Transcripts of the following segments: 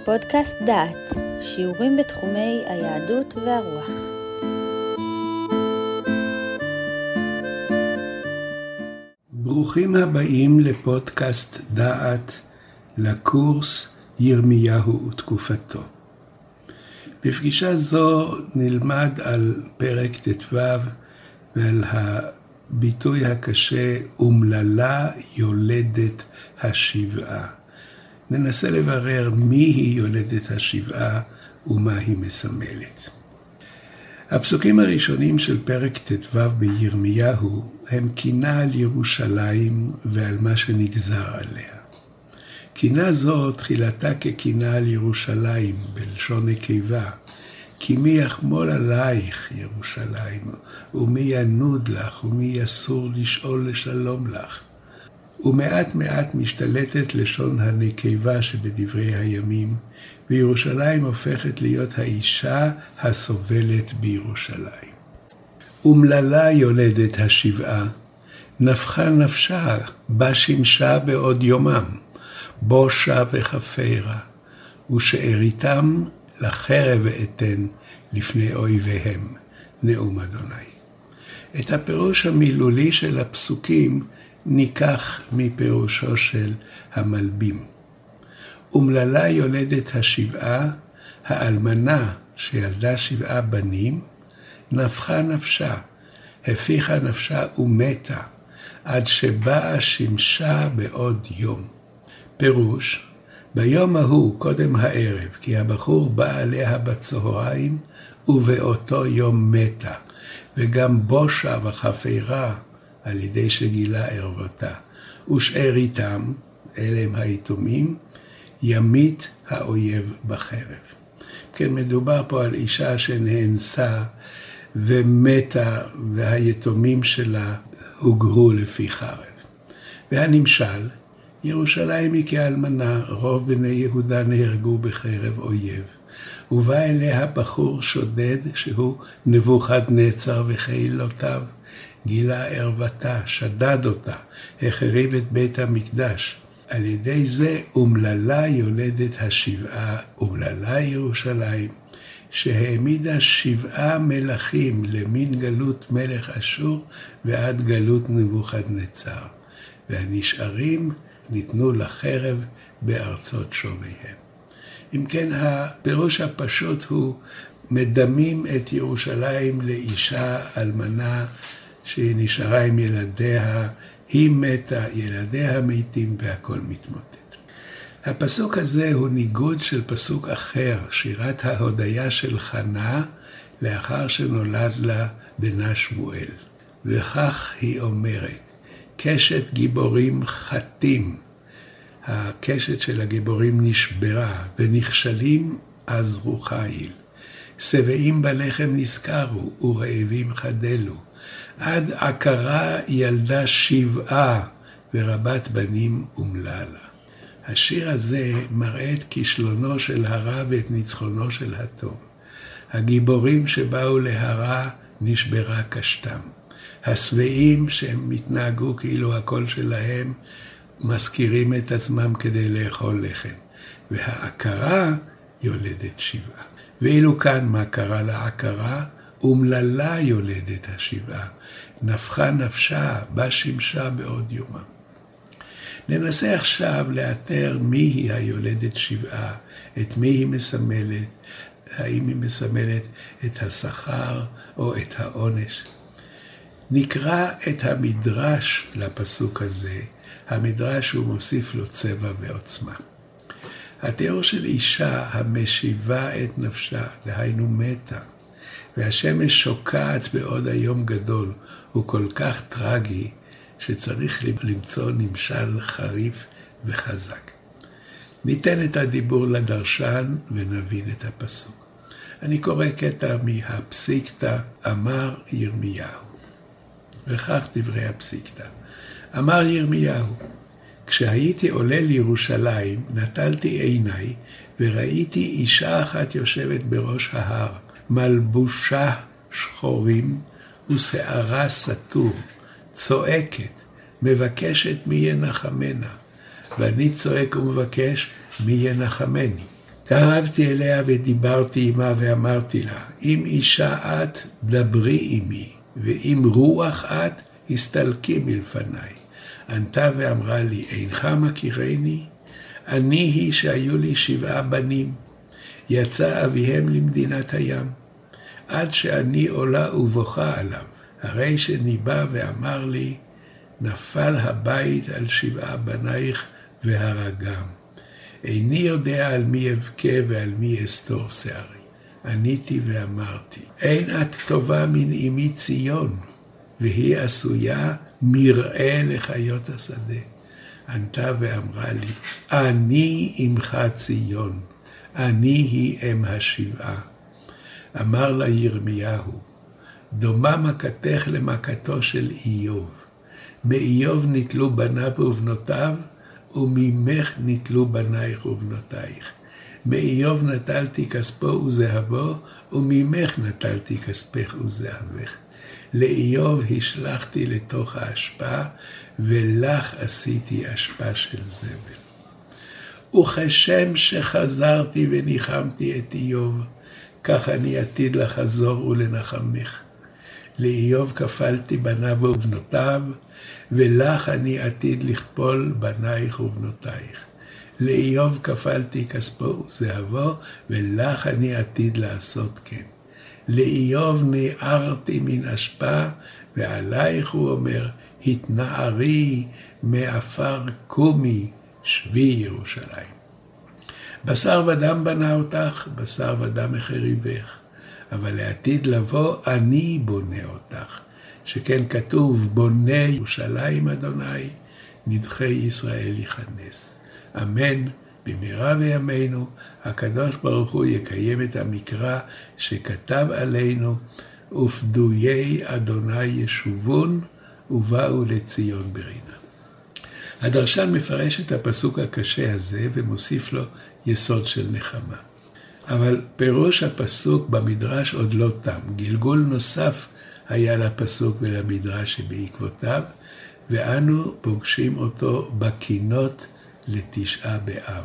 פודקאסט דעת, שיעורים בתחומי היהדות והרוח. ברוכים הבאים לפודקאסט דעת, לקורס ירמיהו ותקופתו. בפגישה זו נלמד על פרק ט"ו ועל הביטוי הקשה אומללה יולדת השבעה. ננסה לברר מי היא יולדת השבעה ומה היא מסמלת. הפסוקים הראשונים של פרק ט"ו בירמיהו הם קינה על ירושלים ועל מה שנגזר עליה. קינה זו תחילתה כקינה על ירושלים בלשון נקבה, כי מי יחמול עלייך ירושלים, ומי ינוד לך, ומי יסור לשאול לשלום לך. ומעט מעט משתלטת לשון הנקבה שבדברי הימים, וירושלים הופכת להיות האישה הסובלת בירושלים. אומללה יולדת השבעה, נפחה נפשה, בה שמשה בעוד יומם, בושה וחפרה, ושאריתם לחרב אתן לפני אויביהם, נאום אדוני. את הפירוש המילולי של הפסוקים ניקח מפירושו של המלבים. אומללה יולדת השבעה, האלמנה שילדה 7 בנים, נפחה נפשה, הפיחה נפשה ומתה, עד שבאה שמשה בעוד יום. פירוש, ביום ההוא קודם הערב, כי הבחור בא עליה בצהריים, ובאותו יום מתה, וגם בושה וחפרה, על ידי שגילה ערוותה, ושאריתם, אלה הם היתומים, ימית האויב בחרב. כן, מדובר פה על אישה שנאנסה ומתה, והיתומים שלה הוגרו לפי חרב. והנמשל, ירושלים היא כאלמנה, רוב בני יהודה נהרגו בחרב אויב. ובא אליה בחור שודד שהוא נבוכדנצר וחילותיו, גילה ערוותה, שדד אותה, החריב את בית המקדש. על ידי זה אומללה יולדת השבעה, אומללה ירושלים, שהעמידה 7 מלכים למין גלות מלך אשור ועד גלות נבוכדנצר. והנשארים ניתנו לחרב בארצות שוביהם. אם כן, הפירוש הפשוט הוא מדמים את ירושלים לאישה אלמנה שהיא נשארה עם ילדיה, היא מתה, ילדיה מתים והכל מתמוטט. הפסוק הזה הוא ניגוד של פסוק אחר, שירת ההודיה של חנה, לאחר שנולד לה בנה שמואל. וכך היא אומרת, קשת גיבורים חתים, הקשת של הגיבורים נשברה, ונכשלים עזרו חיל. שבעים בלחם נזכרו, ורעבים חדלו. עד עקרה ילדה 7, ורבת בנים אומללה. השיר הזה מראה את כישלונו של הרע ואת ניצחונו של הטוב. הגיבורים שבאו להרע נשברה קשתם. השבעים שהם מתנהגו כאילו הכל שלהם, מזכירים את עצמם כדי לאכול לחם. והעקרה יולדת 7. ואילו כאן מה קרה לעקרה? אומללה יולדת השבעה, נפחה נפשה, בה שמשה בעוד יומם. ננסה עכשיו לאתר מי היא היולדת שבעה, את מי היא מסמלת, האם היא מסמלת את השכר או את העונש. נקרא את המדרש לפסוק הזה, המדרש הוא מוסיף לו צבע ועוצמה. התיאור של אישה המשיבה את נפשה, דהיינו מתה, והשמש שוקעת בעוד היום גדול, הוא כל כך טרגי, שצריך למצוא נמשל חריף וחזק. ניתן את הדיבור לדרשן ונבין את הפסוק. אני קורא קטע מהפסיקתא, אמר ירמיהו. וכך דברי הפסיקתא. אמר ירמיהו, כשהייתי עולה לירושלים, נטלתי עיניי, וראיתי אישה אחת יושבת בראש ההר, מלבושה שחורים ושערה סתור, צועקת, מבקשת מי ינחמנה, ואני צועק ומבקש מי ינחמני. קרבתי אליה ודיברתי עמה ואמרתי לה, אם אישה את, דברי עמי, ואם רוח את, הסתלקי מלפניי. ענתה ואמרה לי, אינך מכירני? אני היא שהיו לי 7 בנים. יצא אביהם למדינת הים, עד שאני עולה ובוכה עליו. הרי שניבא ואמר לי, נפל הבית על 7 בנייך והרגם. איני יודע על מי אבכה ועל מי אסתור שערי. עניתי ואמרתי, אין את טובה מן אמי ציון, והיא עשויה מרעה לחיות השדה. ענתה ואמרה לי, אני אמך ציון, אני היא אם השבעה. אמר לה ירמיהו, דומה מכתך למכתו של איוב. מאיוב נטלו בניו ובנותיו, וממך נטלו בנייך ובנותייך. מאיוב נטלתי כספו וזהבו, וממך נטלתי כספך וזהבך. לאיוב השלחתי לתוך האשפה, ולך עשיתי אשפה של זבל. וכשם שחזרתי וניחמתי את איוב, כך אני עתיד לחזור ולנחמך. לאיוב כפלתי בניו ובנותיו, ולך אני עתיד לכפול בנייך ובנותייך. לאיוב כפלתי כספו וזהבו, ולך אני עתיד לעשות כן. לאיוב נערתי מן אשפה, ועלייך הוא אומר, התנערי מעפר קומי, שבי ירושלים. בשר ודם בנה אותך, בשר ודם החריבך, אבל לעתיד לבוא אני בונה אותך. שכן כתוב, בונה ירושלים אדוני, נדחי ישראל יכנס. אמן, במהרה בימינו, הקדוש ברוך הוא יקיים את המקרא שכתב עלינו, ופדויי אדוני ישובון, ובאו לציון ברינה. הדרשן מפרש את הפסוק הקשה הזה, ומוסיף לו יסוד של נחמה. אבל פירוש הפסוק במדרש עוד לא תם. גלגול נוסף היה לפסוק ולמדרש שבעקבותיו, ואנו פוגשים אותו בקינות לתשעה באב.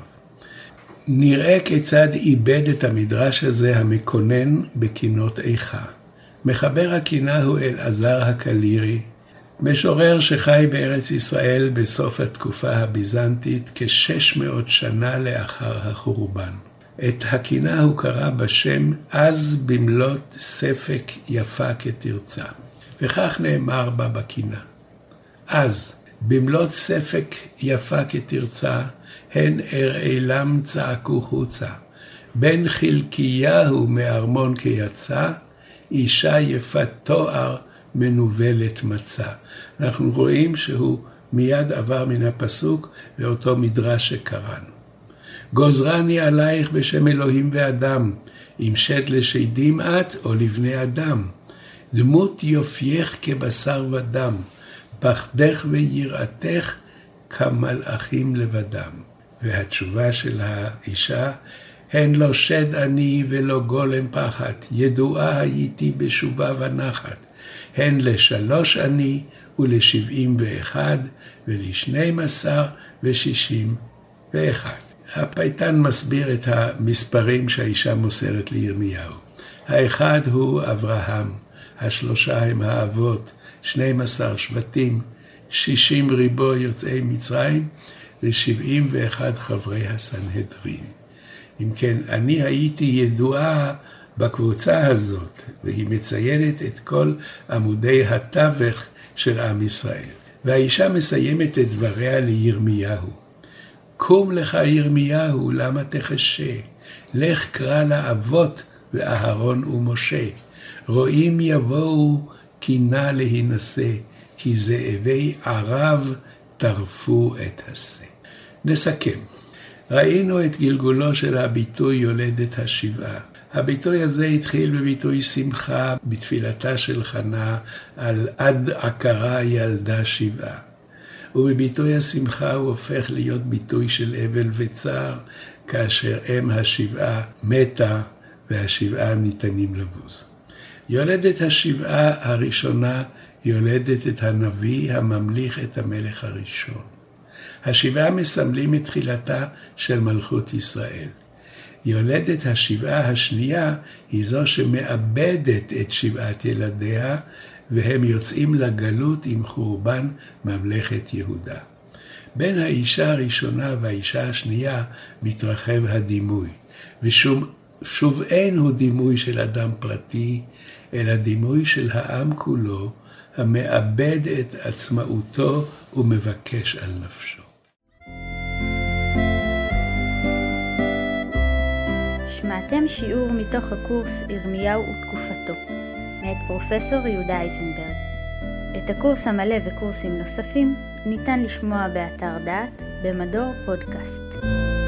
נראה כיצד איבד את המדרש הזה המקונן בקינות איכה. מחבר הקינה הוא אלעזר הקלירי, משורר שחי בארץ ישראל בסוף התקופה הביזנטית כ-600 שנה לאחר החורבן. את הקינה הוא קרא בשם אז במלות ספק יפה כתרצה. וכך נאמר בה בקינה. אז במלות ספק יפה כתרצה, הן אראלם צעקו חוצה. בן חלקיהו מארמון כיצא, אישה יפת תואר מנובלת מצא. אנחנו רואים שהוא מיד עבר מן הפסוק לאותו מדרש שקראנו. גוזרני עלייך בשם אלוהים ואדם, אם שד לשדים את או לבני אדם. דמות יופייך כבשר ודם, פחדך ויראתך כמלאכים לבדם. והתשובה של האישה, הן לא שד אני ולא גולם פחד, ידועה הייתי בשובה ונחת. הן ל3 אני ול71 ול12 ו61. הפייטן מסביר את המספרים שהאישה מוסרת לירמיהו. האחד הוא אברהם, 3 הם האבות, 12 שבטים, 60 ריבו יוצאי מצרים, ו71 חברי הסנהדרין. אם כן, אני הייתי ידועה בקבוצה הזאת, והיא מציינת את כל עמודי התווך של עם ישראל. והאישה מסיימת את דבריה לירמיהו. קום לך ירמיהו, למה תחשה? לך קרא לאבות ואהרון ומשה. רואים יבואו קינה להינשא, כי זאבי ערב טרפו את השא. נסכם. ראינו את גלגולו של הביטוי יולדת השבעה. הביטוי הזה התחיל בביטוי שמחה בתפילתה של חנה על עד עקרה ילדה 7. ובביטוי השמחה הוא הופך להיות ביטוי של אבל וצער, כאשר אם השבעה מתה והשבעה ניתנים לבוז. יולדת השבעה הראשונה יולדת את הנביא הממליך את המלך הראשון. השבעה מסמלים את תחילתה של מלכות ישראל. יולדת השבעה השנייה היא זו שמאבדת את 7 ילדיה, והם יוצאים לגלות עם חורבן ממלכת יהודה. בין האישה הראשונה והאישה השנייה מתרחב הדימוי, ושוב אין הוא דימוי של אדם פרטי, אלא דימוי של העם כולו, המאבד את עצמאותו ומבקש על נפשו. שמעתם שיעור מתוך הקורס ירמיהו ותקופתו, מאת פרופסור יהודה אייזנברג. את הקורס המלא וקורסים נוספים ניתן לשמוע באתר דעת במדור פודקאסט.